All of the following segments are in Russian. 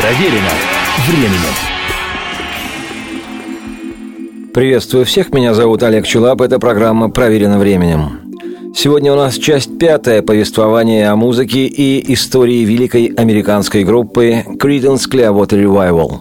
Проверено временем. Приветствую всех, меня зовут Олег Челап, это программа «Проверено временем». Сегодня у нас часть 5 повествования о музыке и истории великой американской группы Creedence Clearwater Revival.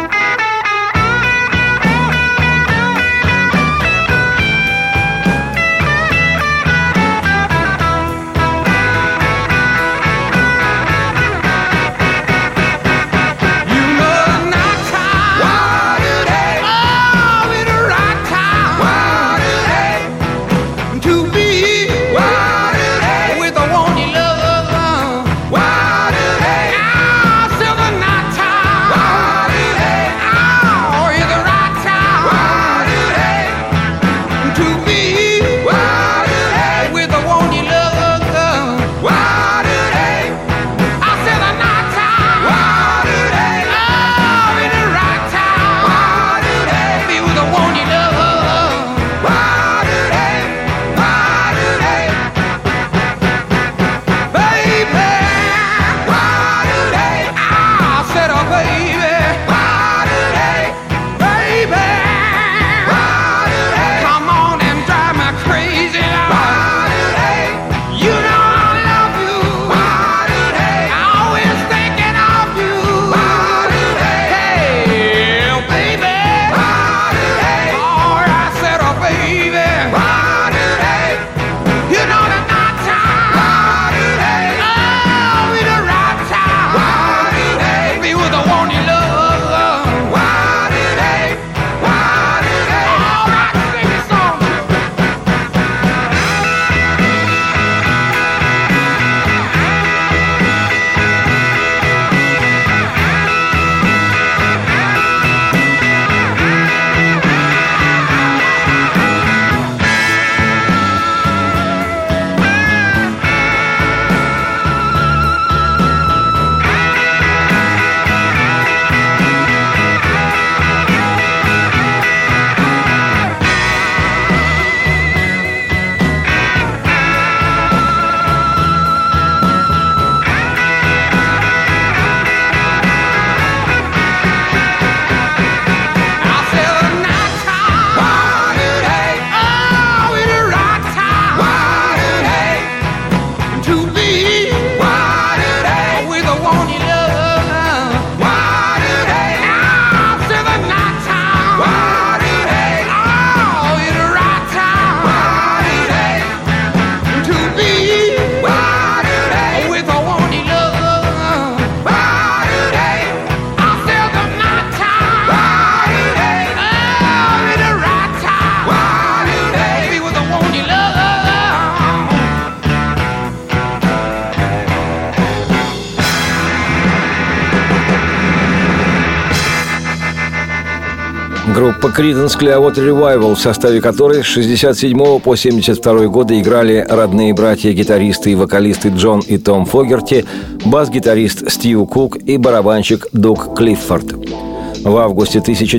Группа Creedence Clearwater Revival, в составе которой с 67 по 72 годы играли родные братья-гитаристы и вокалисты Джон и Том Фогерти, бас-гитарист Стив Кук и барабанщик Дуг Клиффорд. В августе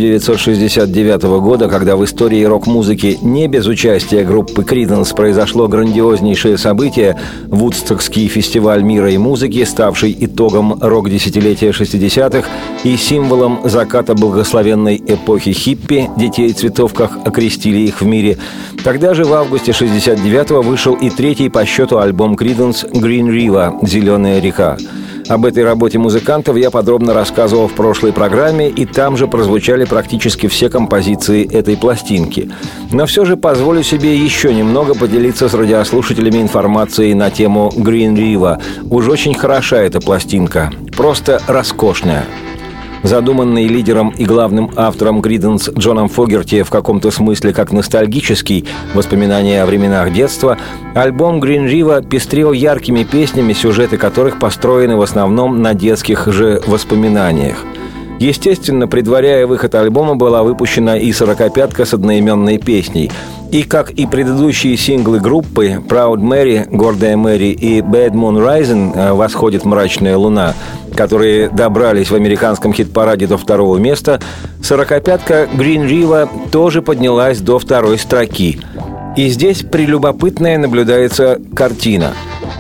1969 года, когда в истории рок-музыки не без участия группы Creedence произошло грандиознейшее событие – Вудстокский фестиваль мира и музыки, ставший итогом рок-десятилетия 60-х и символом заката благословенной эпохи хиппи, детей цветов, как окрестили их в мире. Тогда же в августе 69-го вышел и третий по счету альбом Creedence «Green River» – «Зеленая река». Об этой работе музыкантов я подробно рассказывал в прошлой программе, и там же прозвучали практически все композиции этой пластинки. Но все же позволю себе еще немного поделиться с радиослушателями информацией на тему Green River. Уж очень хороша эта пластинка, просто роскошная. Задуманный лидером и главным автором Creedence Джоном Фогерти в каком-то смысле как ностальгический, воспоминания о временах детства, альбом Green River пестрел яркими песнями, сюжеты которых построены в основном на детских же воспоминаниях. Естественно, предваряя выход альбома, была выпущена и 45-ка с одноименной песней. И, как и предыдущие синглы группы «Proud Mary», «Гордая Мэри» и «Bad Moon Rising», «Восходит мрачная луна», которые добрались в американском хит-параде до 2-го места, 45-ка «Green River» тоже поднялась до 2-й строки. И здесь прелюбопытная наблюдается картина.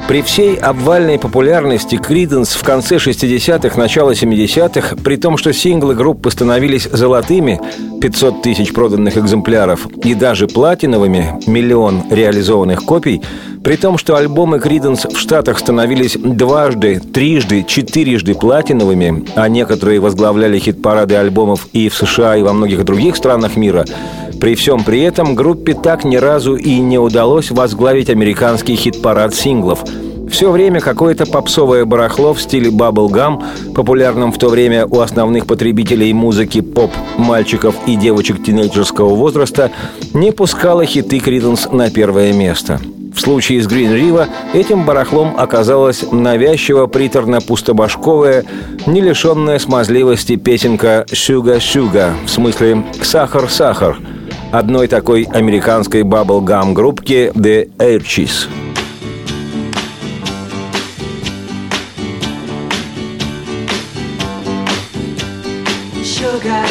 При всей обвальной популярности Криденс в конце 60-х, начало 70-х, при том, что синглы группы становились золотыми, 500 тысяч проданных экземпляров, и даже платиновыми, 1 миллион реализованных копий, при том, что альбомы Криденс в Штатах становились дважды, трижды, четырежды платиновыми, а некоторые возглавляли хит-парады альбомов и в США, и во многих других странах мира, при всем при этом группе так ни разу и не удалось возглавить американский хит-парад синглов. Все время какое-то попсовое барахло в стиле бабл-гам, популярном в то время у основных потребителей музыки поп, мальчиков и девочек тинейджерского возраста, не пускало хиты Криденс на первое место. В случае с Green River этим барахлом оказалась навязчиво приторно-пустобашковая, не лишенная смазливости песенка «Sugar, Sugar», в смысле «Сахар, сахар», одной такой американской бабл-гам группки The Archies. Sugar,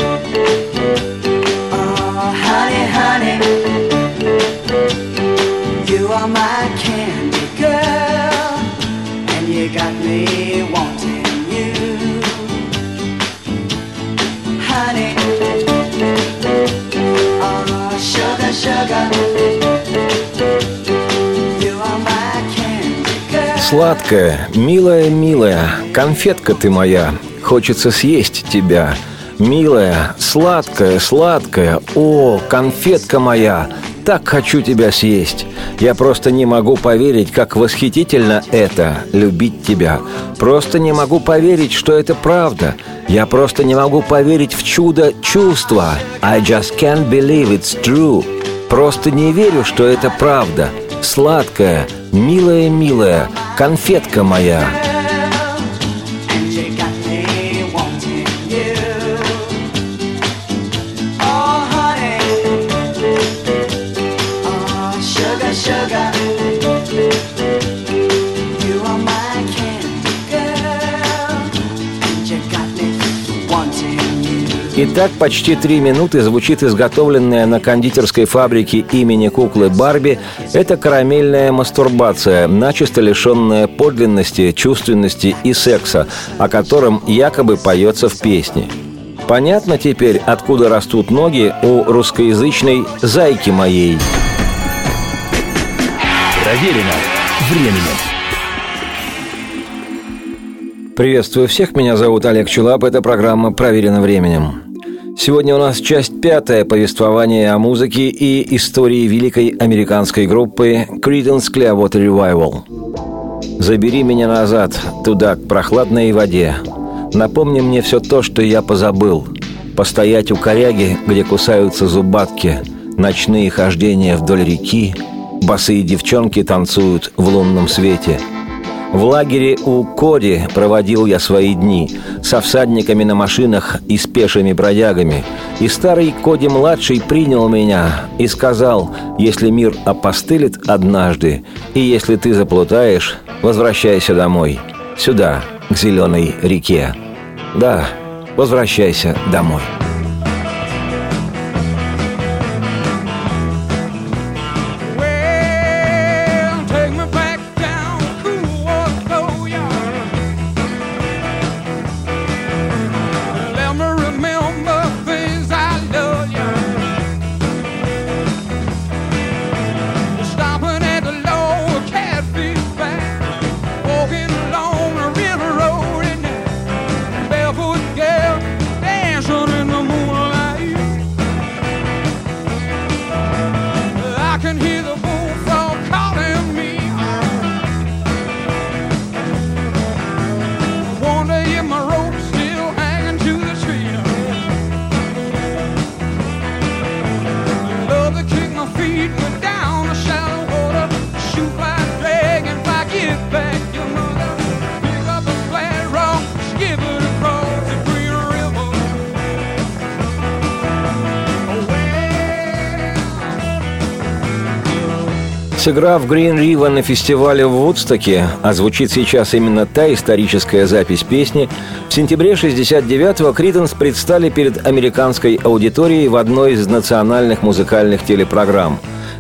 oh honey, honey, you are my candy girl, and you got me wanting you, honey, oh sugar, sugar, you are my candy girl. Сладкая, милая, милая, конфетка ты моя, хочется съесть тебя. Милая, сладкая, сладкая, о, конфетка моя, так хочу тебя съесть. Я просто не могу поверить, как восхитительно это — любить тебя. Просто не могу поверить, что это правда. Я просто не могу поверить в чудо чувства. I just can't believe it's true. Просто не верю, что это правда. Сладкая, милая, милая, конфетка моя. Итак, почти 3 минуты звучит изготовленная на кондитерской фабрике имени куклы Барби эта карамельная мастурбация, начисто лишенная подлинности, чувственности и секса, о котором якобы поется в песне. Понятно теперь, откуда растут ноги у русскоязычной «зайки моей». Проверено временем. Приветствую всех, меня зовут Олег Челап, это программа «Проверено временем». Сегодня у нас часть 5 повествования о музыке и истории великой американской группы Creedence Clearwater Revival. Забери меня назад, туда, к прохладной воде. Напомни мне все то, что я позабыл. Постоять у коряги, где кусаются зубатки, ночные хождения вдоль реки, босые девчонки танцуют в лунном свете. В лагере у Коди проводил я свои дни со всадниками на машинах и с пешими бродягами. И старый Коди-младший принял меня и сказал: если мир опостылит однажды, и если ты заплутаешь, возвращайся домой, сюда, к зеленой реке. Да, возвращайся домой. Сыграв Green River на фестивале в Вудстоке, а звучит сейчас именно та историческая запись песни, в сентябре 1969-го Creedence предстали перед американской аудиторией в одной из национальных музыкальных телепрограмм.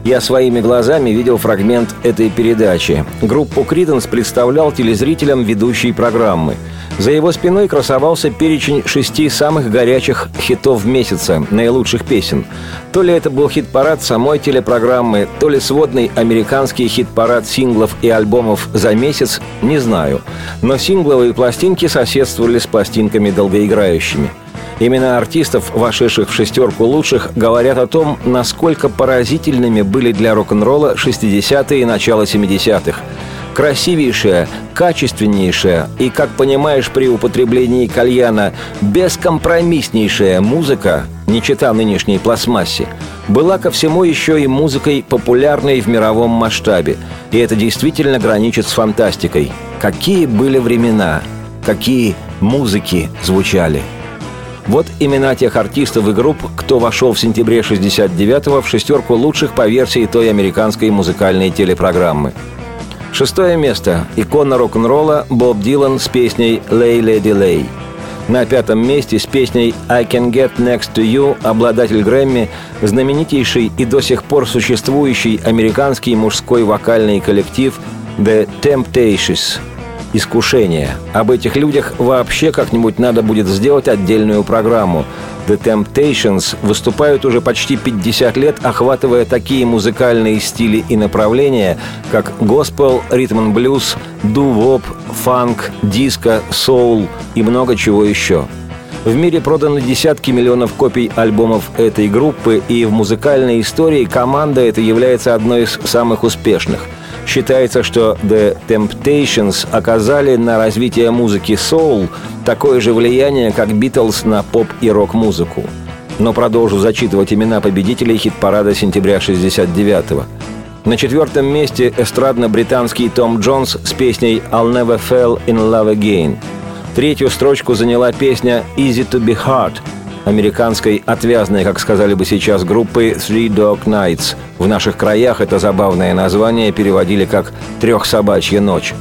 Я своими глазами видел фрагмент этой передачи. Группу «Криденс» представлял телезрителям ведущий программы. За его спиной красовался перечень 6 самых горячих хитов месяца, наилучших песен. То ли это был хит-парад самой телепрограммы, то ли сводный американский хит-парад синглов и альбомов за месяц, не знаю. Но сингловые пластинки соседствовали с пластинками долгоиграющими. Имена артистов, вошедших в 6 лучших, говорят о том, насколько поразительными были для рок-н-ролла 60-е и начало 70-х. Красивейшая, качественнейшая и, как понимаешь при употреблении кальяна, бескомпромисснейшая музыка, не чета нынешней пластмассе, была ко всему еще и музыкой, популярной в мировом масштабе. И это действительно граничит с фантастикой. Какие были времена, какие музыки звучали. Вот имена тех артистов и групп, кто вошел в сентябре 69-го в 6 лучших по версии той американской музыкальной телепрограммы. 6 место. Икона рок-н-ролла Боб Дилан с песней «Lay Lady Lay». На 5 месте с песней «I Can Get Next to You» обладатель Грэмми, знаменитейший и до сих пор существующий американский мужской вокальный коллектив «The Temptations». «Искушение». Об этих людях вообще как-нибудь надо будет сделать отдельную программу. The Temptations выступают уже почти 50 лет, охватывая такие музыкальные стили и направления, как госпел, ритм-н-блюз, ду-воп, фанк, диско, соул и много чего еще. В мире продано десятки миллионов копий альбомов этой группы, и в музыкальной истории команда эта является одной из самых успешных. Считается, что The Temptations оказали на развитие музыки соул такое же влияние, как Битлз на поп- и рок-музыку. Но продолжу зачитывать имена победителей хит-парада сентября 69-го. На 4 месте эстрадно-британский Том Джонс с песней «I'll Never Fall in Love Again». 3-ю строчку заняла песня «Easy to be Hard» американской отвязной, как сказали бы сейчас, группы Three Dog Nights. В наших краях это забавное название переводили как «Трехсобачья ночь».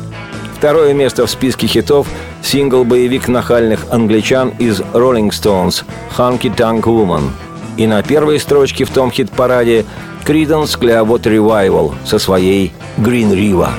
2 место в списке хитов – сингл-боевик нахальных англичан из Rolling Stones «Hunky Tonk Woman». И на 1 строчке в том хит-параде Creedence Clearwater Revival со своей «Green River».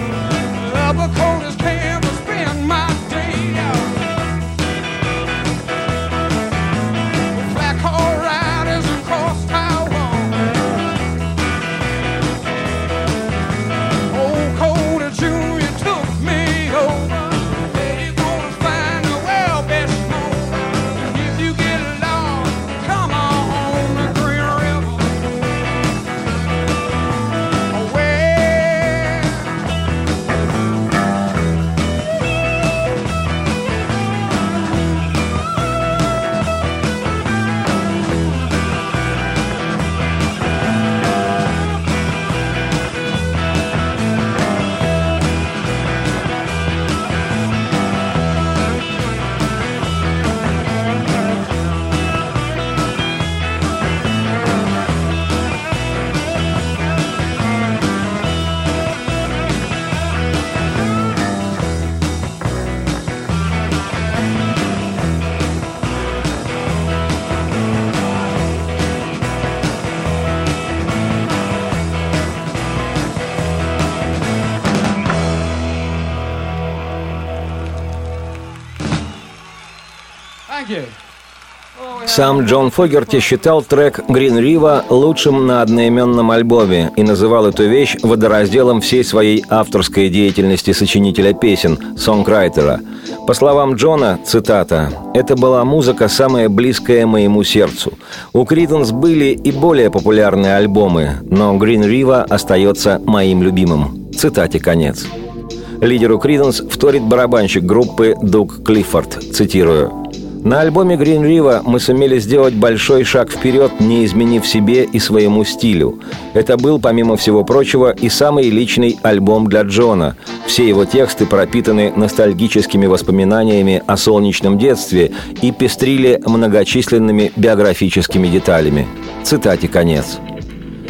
Сам Джон Фогерти считал трек «Green River» лучшим на одноименном альбоме и называл эту вещь водоразделом всей своей авторской деятельности сочинителя песен, сонграйтера. По словам Джона, цитата, «Это была музыка, самая близкая моему сердцу. У Creedence были и более популярные альбомы, но «Green River» остается моим любимым». Цитате конец. Лидеру Creedence вторит барабанщик группы Дуг Клиффорд, цитирую. «На альбоме Green River мы сумели сделать большой шаг вперед, не изменив себе и своему стилю. Это был, помимо всего прочего, и самый личный альбом для Джона. Все его тексты пропитаны ностальгическими воспоминаниями о солнечном детстве и пестрили многочисленными биографическими деталями». Цитате конец.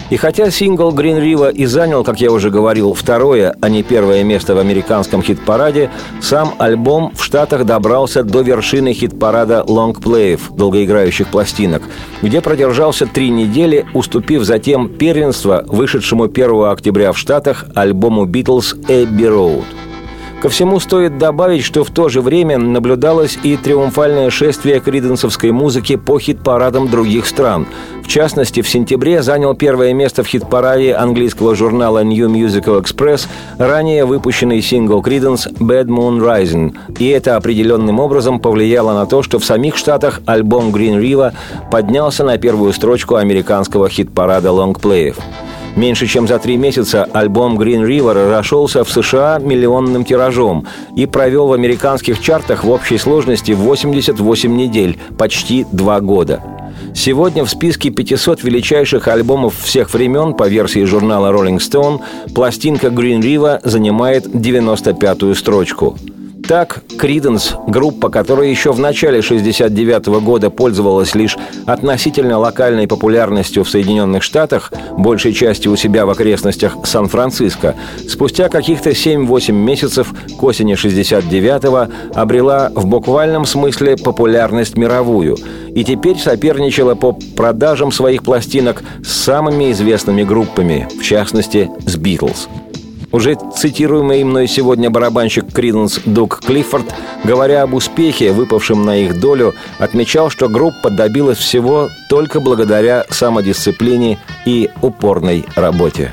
И хотя сингл «Green River» и занял, как я уже говорил, второе, а не первое место в американском хит-параде, сам альбом в Штатах добрался до вершины хит-парада лонгплеев, долгоиграющих пластинок, где продержался 3 недели, уступив затем первенство вышедшему 1 октября в Штатах альбому «Битлз» «Эбби Роуд». Ко всему стоит добавить, что в то же время наблюдалось и триумфальное шествие криденсовской музыки по хит-парадам других стран. В частности, в сентябре занял первое место в хит-параде английского журнала New Musical Express ранее выпущенный сингл Creedence «Bad Moon Rising», и это определенным образом повлияло на то, что в самих Штатах альбом «Green River» поднялся на первую строчку американского хит-парада лонгплеев. Меньше чем за 3 месяца альбом «Green River» расшелся в США миллионным тиражом и провел в американских чартах в общей сложности 88 недель, почти 2 года. Сегодня в списке 500 величайших альбомов всех времен по версии журнала Rolling Stone пластинка «Green River» занимает 95-ю строчку. Так, Creedence, группа, которая еще в начале 1969 года пользовалась лишь относительно локальной популярностью в Соединенных Штатах, большей частью у себя в окрестностях Сан-Франциско, спустя каких-то 7-8 месяцев к осени 1969-го обрела в буквальном смысле популярность мировую и теперь соперничала по продажам своих пластинок с самыми известными группами, в частности, с «Битлз». Уже цитируемый мной сегодня барабанщик Creedence Дуг Клиффорд, говоря об успехе, выпавшем на их долю, отмечал, что группа добилась всего только благодаря самодисциплине и упорной работе.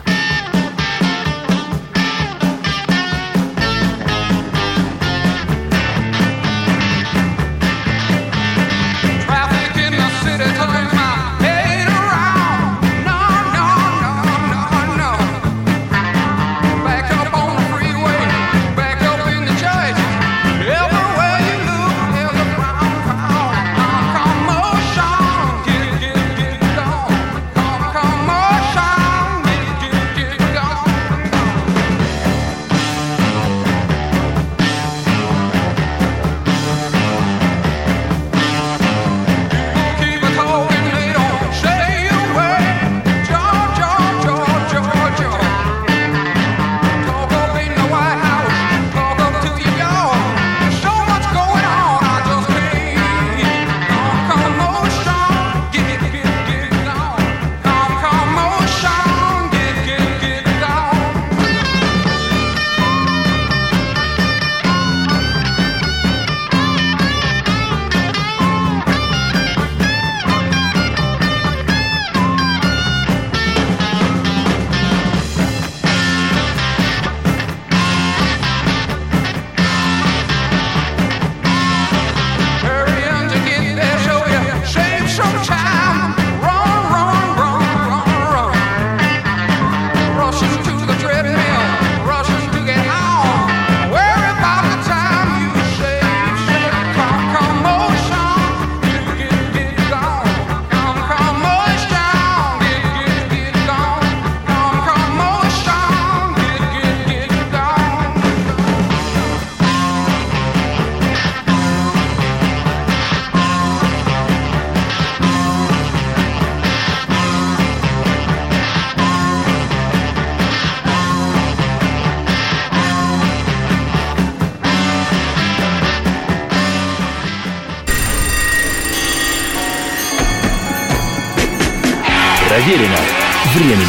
Проверено временем.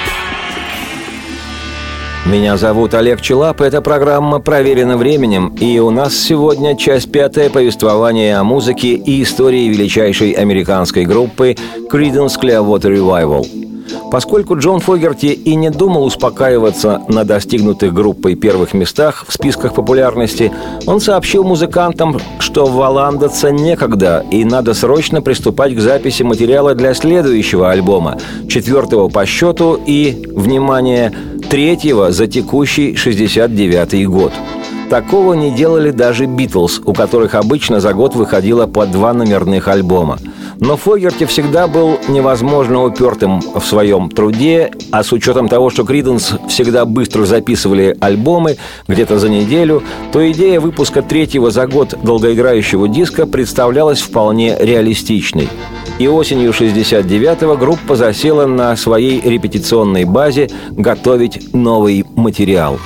Меня зовут Олег Челап, это программа «Проверено временем», и у нас сегодня часть 5 повествования о музыке и истории величайшей американской группы Creedence Clearwater Revival. Поскольку Джон Фогерти и не думал успокаиваться на достигнутых группой первых местах в списках популярности, он сообщил музыкантам, что валандаться некогда и надо срочно приступать к записи материала для следующего альбома, 4-го по счету и, внимание, 3-го за текущий 69-й год. Такого не делали даже «Битлз», у которых обычно за год выходило по 2 номерных альбома. Но Фогерти всегда был невозможно упертым в своем труде, а с учетом того, что Creedence всегда быстро записывали альбомы, где-то за неделю, то идея выпуска 3-го за год долгоиграющего диска представлялась вполне реалистичной. И осенью 1969-го группа засела на своей репетиционной базе готовить новый материал.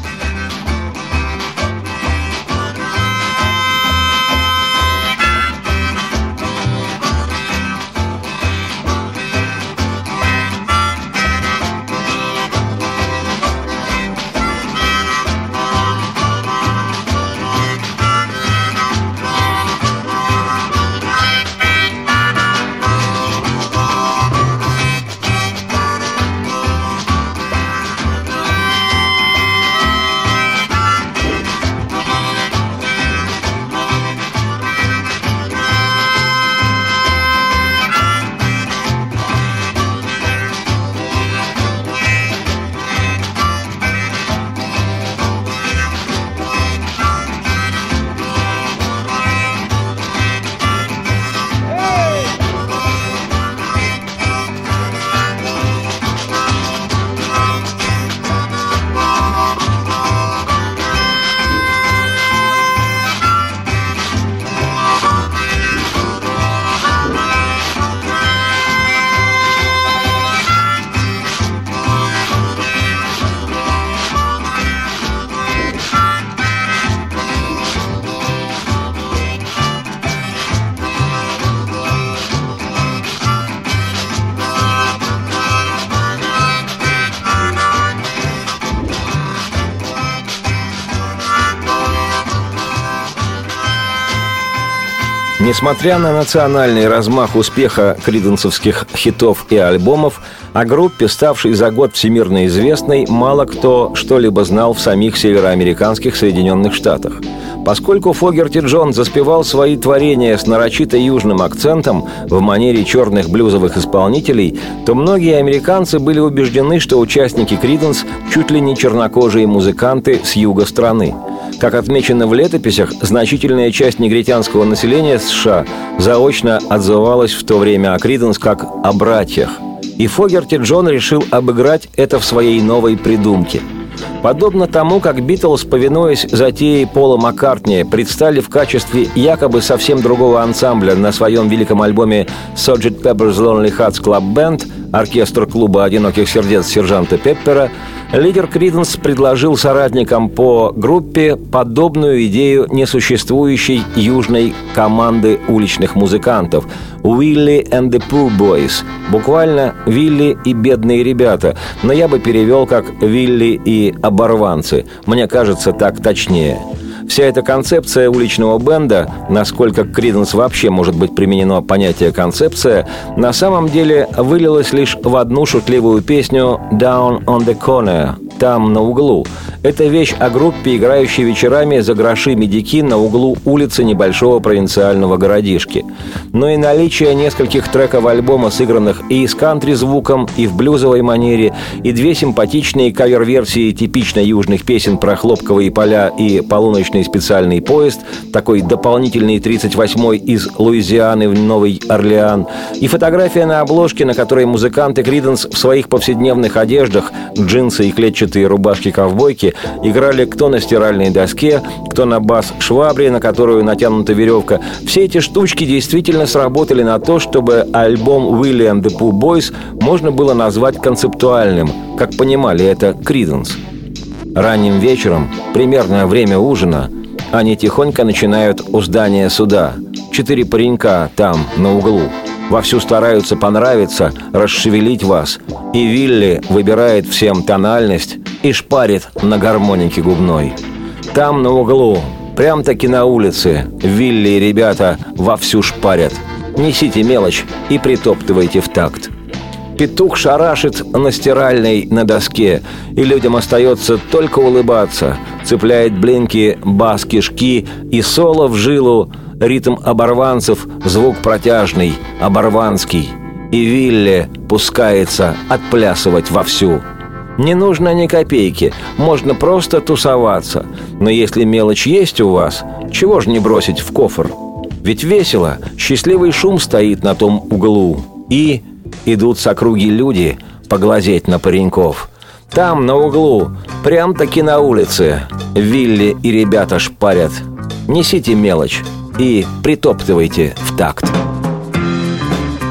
Несмотря на национальный размах успеха криденсовских хитов и альбомов, о группе, ставшей за год всемирно известной, мало кто что-либо знал в самих североамериканских Соединенных Штатах. Поскольку Фогерти Джон заспевал свои творения с нарочито южным акцентом в манере черных блюзовых исполнителей, то многие американцы были убеждены, что участники Криденс чуть ли не чернокожие музыканты с юга страны. Как отмечено в летописях, значительная часть негритянского населения США заочно отзывалась в то время о Криденс как о братьях. И Фогерти Джон решил обыграть это в своей новой придумке. Подобно тому, как Битлз, повинуясь затее Пола Маккартни, предстали в качестве якобы совсем другого ансамбля на своем великом альбоме «Sgt. Pepper's Lonely Hearts Club Band» оркестр клуба «Одиноких сердец» сержанта Пеппера, лидер Криденс предложил соратникам по группе подобную идею несуществующей южной команды уличных музыкантов «Willie and the Poor Boys», буквально «Вилли и бедные ребята», но я бы перевел как «Вилли и оборванцы». Мне кажется, так точнее. Вся эта концепция уличного бенда, насколько к Криденс вообще может быть применено понятие «концепция», на самом деле вылилась лишь в одну шутливую песню «Down on the Corner» — «Там, на углу». Это вещь о группе, играющей вечерами за гроши медики на углу улицы небольшого провинциального городишки. Но и наличие нескольких треков альбома, сыгранных и с кантри-звуком, и в блюзовой манере, и две симпатичные кавер-версии типично южных песен про хлопковые поля и полуночный специальный поезд, такой дополнительный 38-й из Луизианы в Новый Орлеан, и фотография на обложке, на которой музыканты Криденс в своих повседневных одеждах, джинсы и клетчатые рубашки-ковбойки, играли кто на стиральной доске, кто на бас-швабре, на которую натянута веревка. Все эти штучки действительно сработали на то, чтобы альбом «Willie and the Poor Boys» можно было назвать концептуальным, как понимали это Криденс. Ранним вечером, примерно время ужина, они тихонько начинают у здания суда. 4 паренька там, на углу. Вовсю стараются понравиться, расшевелить вас. И Вилли выбирает всем тональность и шпарит на гармонике губной. Там, на углу, прям-таки на улице, Вилли и ребята вовсю шпарят. Несите мелочь и притоптывайте в такт. Петух шарашит на стиральной на доске, и людям остается только улыбаться. Цепляет блинки, бас кишки и соло в жилу, ритм оборванцев, звук протяжный, оборванский. И Вилли пускается отплясывать вовсю. Не нужно ни копейки, можно просто тусоваться. Но если мелочь есть у вас, чего ж не бросить в кофр? Ведь весело, счастливый шум стоит на том углу. И идут с округи люди поглазеть на пареньков. Там, на углу, прям-таки на улице, Вилли и ребята шпарят. Несите мелочь и притоптывайте в такт.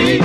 feet.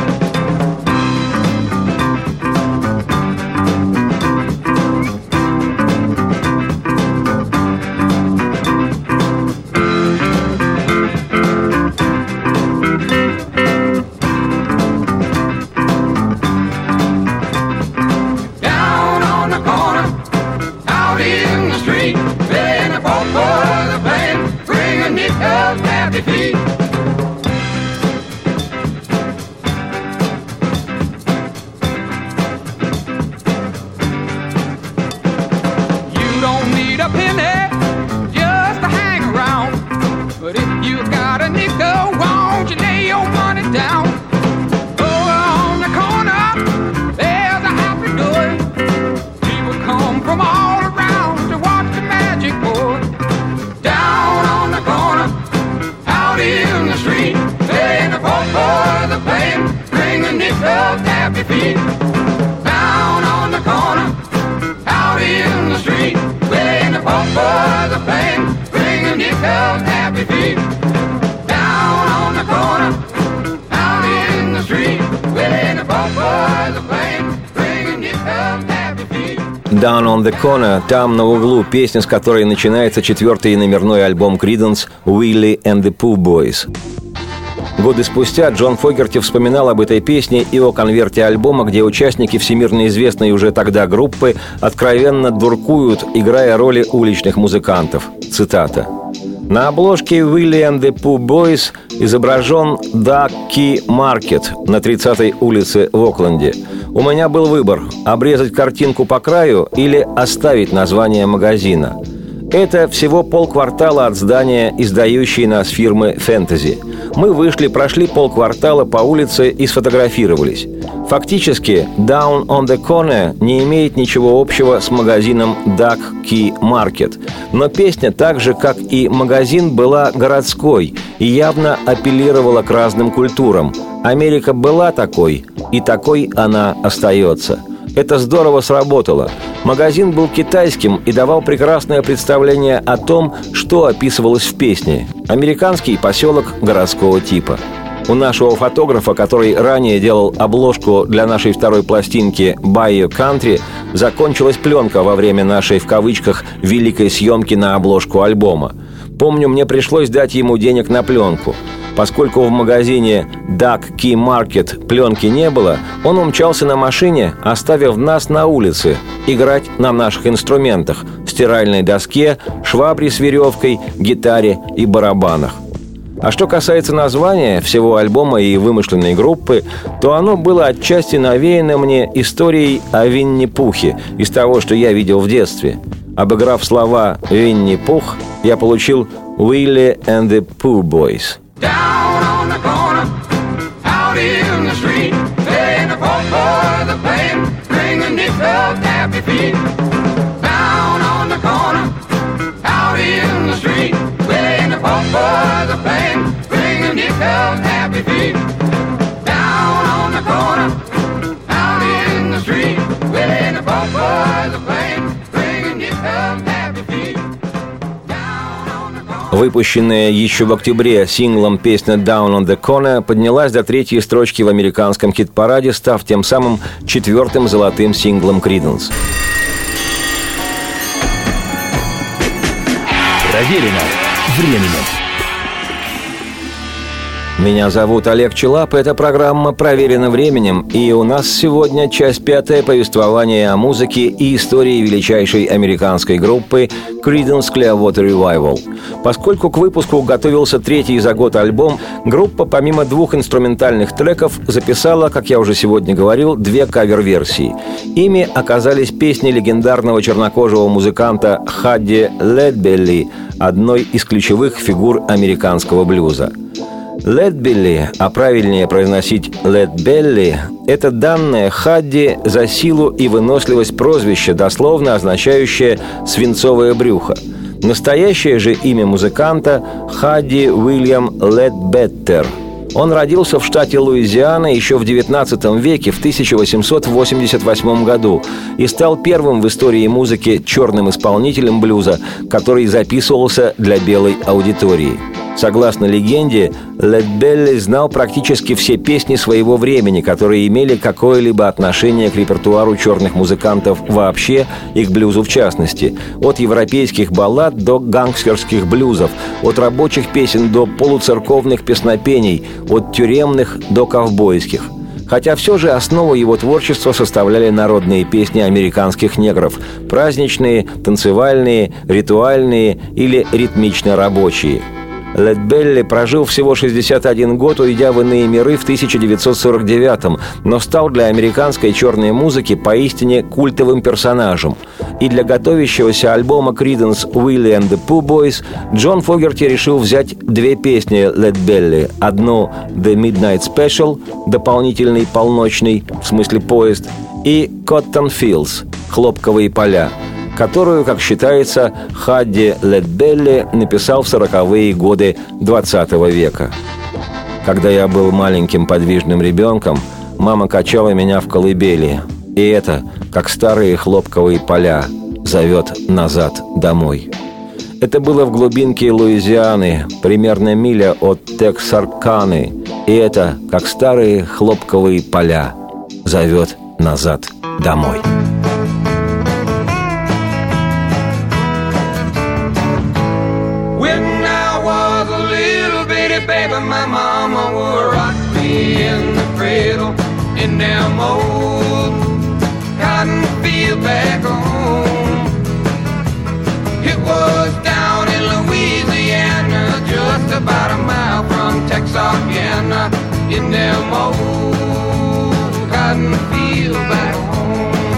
«Down on the Corner» — «Там на углу», песня, с которой начинается 4-й номерной альбом Creedence «Willie and the Pooh Boys». Годы спустя Джон Фогерти вспоминал об этой песне и о конверте альбома, где участники всемирно известной уже тогда группы откровенно дуркуют, играя роли уличных музыкантов. Цитата. «На обложке «Willie and the Pooh Boys» изображен Duck Key Market на 30-й улице в Окленде. У меня был выбор – обрезать картинку по краю или оставить название магазина. Это всего полквартала от здания, издающей нас фирмы «Фэнтези». Мы вышли, прошли полквартала по улице и сфотографировались. Фактически, «Down on the Corner» не имеет ничего общего с магазином «Duck Key Market». Но песня, так же, как и магазин, была городской и явно апеллировала к разным культурам. Америка была такой, и такой она остается. Это здорово сработало. Магазин был китайским и давал прекрасное представление о том, что описывалось в песне. Американский поселок городского типа. У нашего фотографа, который ранее делал обложку для нашей второй пластинки «Bayou Country», закончилась пленка во время нашей, в кавычках, «великой съемки» на обложку альбома. Помню, мне пришлось дать ему денег на пленку. Поскольку в магазине Duck Key Market пленки не было, он умчался на машине, оставив нас на улице играть на наших инструментах – стиральной доске, швабре с веревкой, гитаре и барабанах. А что касается названия всего альбома и вымышленной группы, то оно было отчасти навеяно мне историей о Винни-Пухе из того, что я видел в детстве. Обыграв слова «Винни-Пух», я получил «Willie and the Pooh Boys». Down on the corner, out in the street, playing the folk for the pain, bringing it up happy feet. Down on the corner, out in the street, playing the folk for the pain, bringing it up happy feet. Down on the corner, out in the street, playing the folk for the pain, bringing it up happy feet. Выпущенная еще в октябре синглом песня «Down on the Corner» поднялась до 3-й строчки в американском хит-параде, став тем самым 4-м золотым синглом Creedence. Проверено временем. Меня зовут Олег Челап, это программа «Проверено временем», и у нас сегодня часть 5 повествования о музыке и истории величайшей американской группы Creedence Clearwater Revival. Поскольку к выпуску готовился 3-й за год альбом, группа помимо 2 инструментальных треков записала, как я уже сегодня говорил, 2 кавер-версии. Ими оказались песни легендарного чернокожего музыканта Хадди Ледбелли, одной из ключевых фигур американского блюза. Ледбелли, а правильнее произносить Ледбелли, это данное Хадди за силу и выносливость прозвище, дословно означающее «свинцовое брюхо». Настоящее же имя музыканта – Хадди Уильям Ледбеттер. Он родился в штате Луизиана еще в XIX веке, в 1888 году, и стал первым в истории музыки черным исполнителем блюза, который записывался для белой аудитории. Согласно легенде, Лед Белли знал практически все песни своего времени, которые имели какое-либо отношение к репертуару черных музыкантов вообще и к блюзу в частности. От европейских баллад до гангстерских блюзов, от рабочих песен до полуцерковных песнопений, от тюремных до ковбойских. Хотя все же основу его творчества составляли народные песни американских негров – праздничные, танцевальные, ритуальные или ритмично-рабочие. Лед Белли прожил всего 61 год, уйдя в иные миры в 1949-м, но стал для американской черной музыки поистине культовым персонажем. И для готовящегося альбома Creedence Willie and the Pooh Boys Джон Фогерти решил взять две песни Лед Белли. Одну «The Midnight Special» – дополнительный полночный, в смысле поезд, и «Cotton Fields» – «Хлопковые поля», которую, как считается, Хадди Лед Белли написал в 40-е годы 20 века. Когда я был маленьким подвижным ребенком, мама качала меня в колыбели. И это, как старые хлопковые поля, зовет назад домой. Это было в глубинке Луизианы, примерно миля от Тексарканы. И это, как старые хлопковые поля, зовет назад домой. Baby, my mama would rock me in the cradle in them old cotton field back home. It was down in Louisiana, just about a mile from Texarkana, in them old cotton field back home.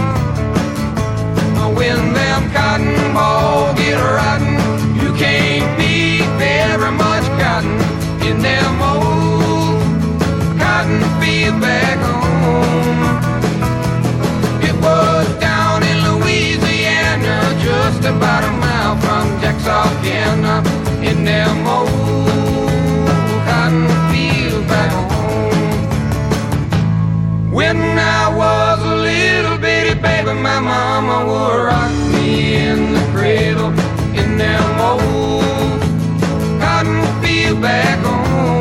When them cotton balls get rotten, you can't beat very much cotton in them old cotton field back home. It was down in Louisiana, just about a mile from Texarkana, in them old cotton field back home. When I was a little bitty baby, my mama would rock me in the cradle in them old cotton field back home.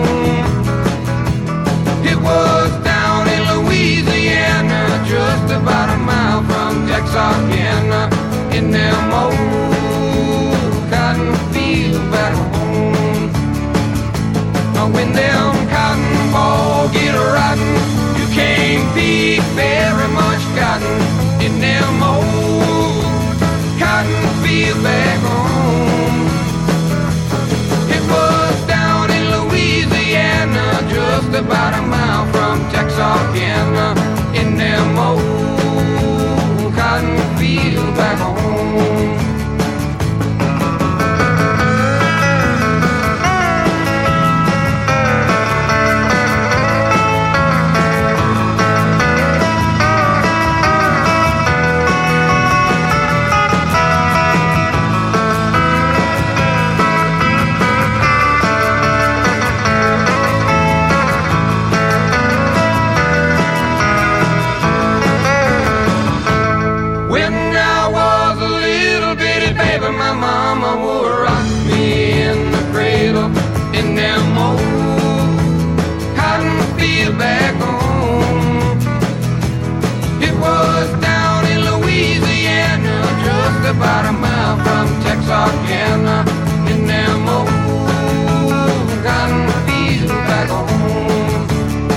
It was down in Louisiana, just about a mile from Texarkana, in them old cotton field back home. When them cotton balls get rotten, you can't pick very much cotton in them old cotton field back home. It was down in Louisiana, just about a mile from Texarkana, in them old cotton field back home. My mama would rock me in the cradle in them old cotton field back home. It was down in Louisiana, just about a mile from Texarkana, in them old cotton field back home.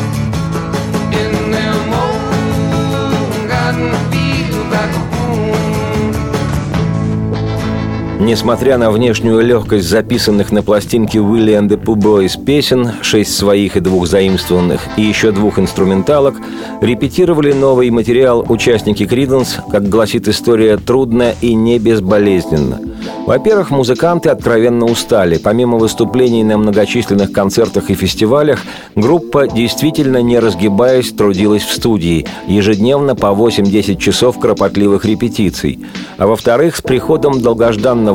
In them old cotton field back home. Несмотря на внешнюю легкость записанных на пластинке Willie and the Pooh Boys песен, 6 своих и 2 заимствованных, и еще 2 инструменталок, репетировали новый материал участники Creedence, как гласит история, трудно и не безболезненно. Во-первых, музыканты откровенно устали. Помимо выступлений на многочисленных концертах и фестивалях, группа, действительно не разгибаясь, трудилась в студии, ежедневно по 8-10 часов кропотливых репетиций. А во-вторых, с приходом долгожданного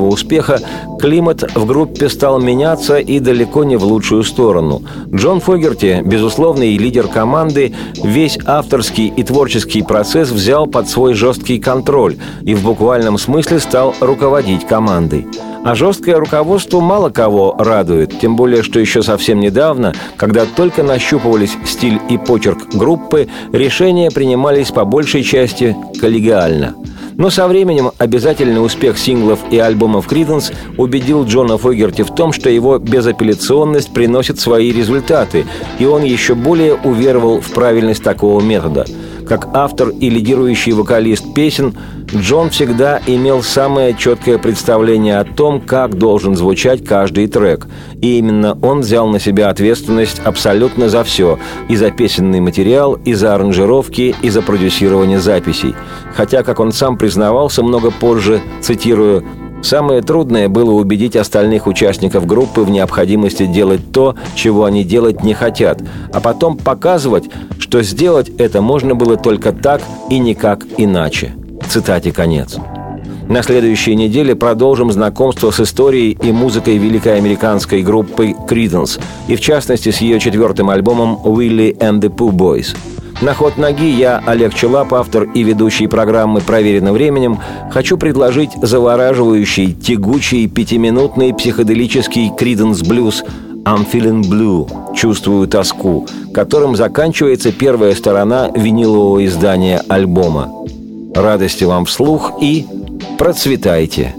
коммерческого успеха, климат в группе стал меняться и далеко не в лучшую сторону. Джон Фогерти, безусловный лидер команды, весь авторский и творческий процесс взял под свой жесткий контроль и в буквальном смысле стал руководить командой. А жесткое руководство мало кого радует, тем более, что еще совсем недавно, когда только нащупывались стиль и почерк группы, решения принимались по большей части коллегиально. Но со временем обязательный успех синглов и альбомов Creedence убедил Джона Фогерти в том, что его безапелляционность приносит свои результаты, и он еще более уверовал в правильность такого метода. Как автор и лидирующий вокалист песен, Джон всегда имел самое четкое представление о том, как должен звучать каждый трек. И именно он взял на себя ответственность абсолютно за все – и за песенный материал, и за аранжировки, и за продюсирование записей. Хотя, как он сам признавался много позже, цитирую, «Самое трудное было убедить остальных участников группы в необходимости делать то, чего они делать не хотят, а потом показывать, что сделать это можно было только так и никак иначе». Цитате конец. На следующей неделе продолжим знакомство с историей и музыкой великой американской группы Creedence, и в частности с ее 4-м альбомом «Willie and the Pooh Boys». На ход ноги я, Олег Челап, автор и ведущий программы «Проверено временем», хочу предложить завораживающий, тягучий, 5-минутный психоделический Creedence блюз «I'm feeling blue» – «Чувствую тоску», которым заканчивается первая сторона винилового издания альбома. Радости вам вслух и процветайте!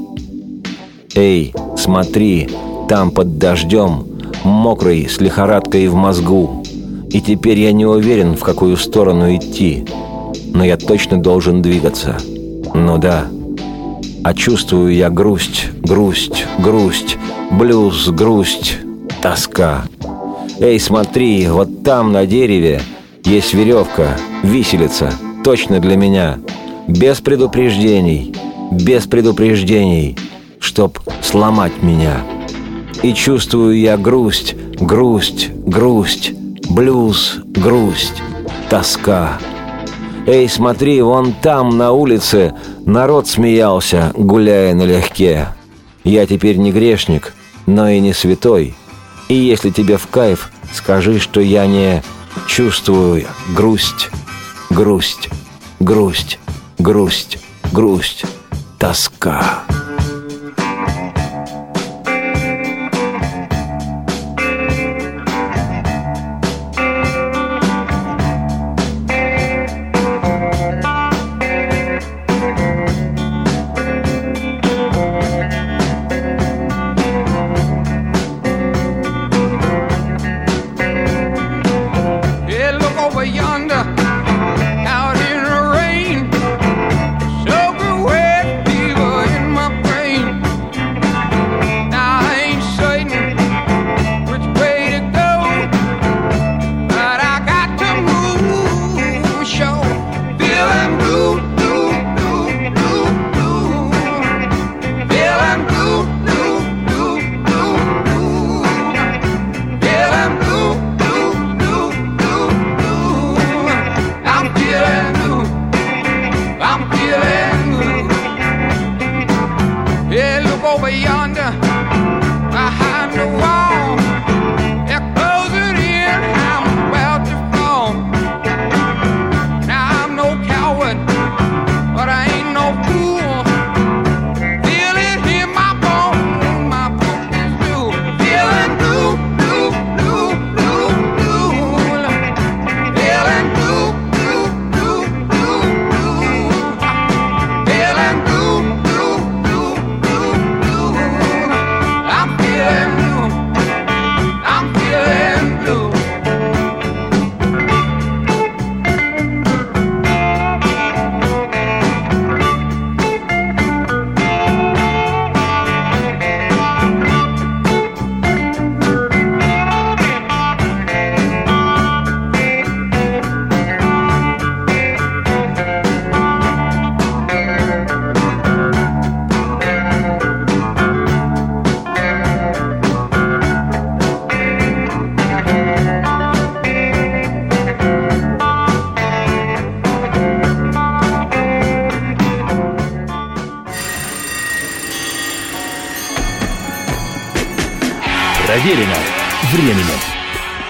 Эй, смотри, там под дождем, мокрый, с лихорадкой в мозгу. И теперь я не уверен, в какую сторону идти. Но я точно должен двигаться. Ну да. А чувствую я грусть, грусть, грусть, блюз, грусть, тоска. Эй, смотри, вот там на дереве есть веревка, виселица, точно для меня. Без предупреждений, чтоб сломать меня. И чувствую я грусть, грусть, грусть, блюз, грусть, тоска. Эй, смотри, вон там на улице народ смеялся, гуляя налегке. Я теперь не грешник, но и не святой. И если тебе в кайф, скажи, что я не чувствую грусть, грусть, грусть, грусть, грусть, тоска. Out in the rain, soaking wet fever in my Проверено временем.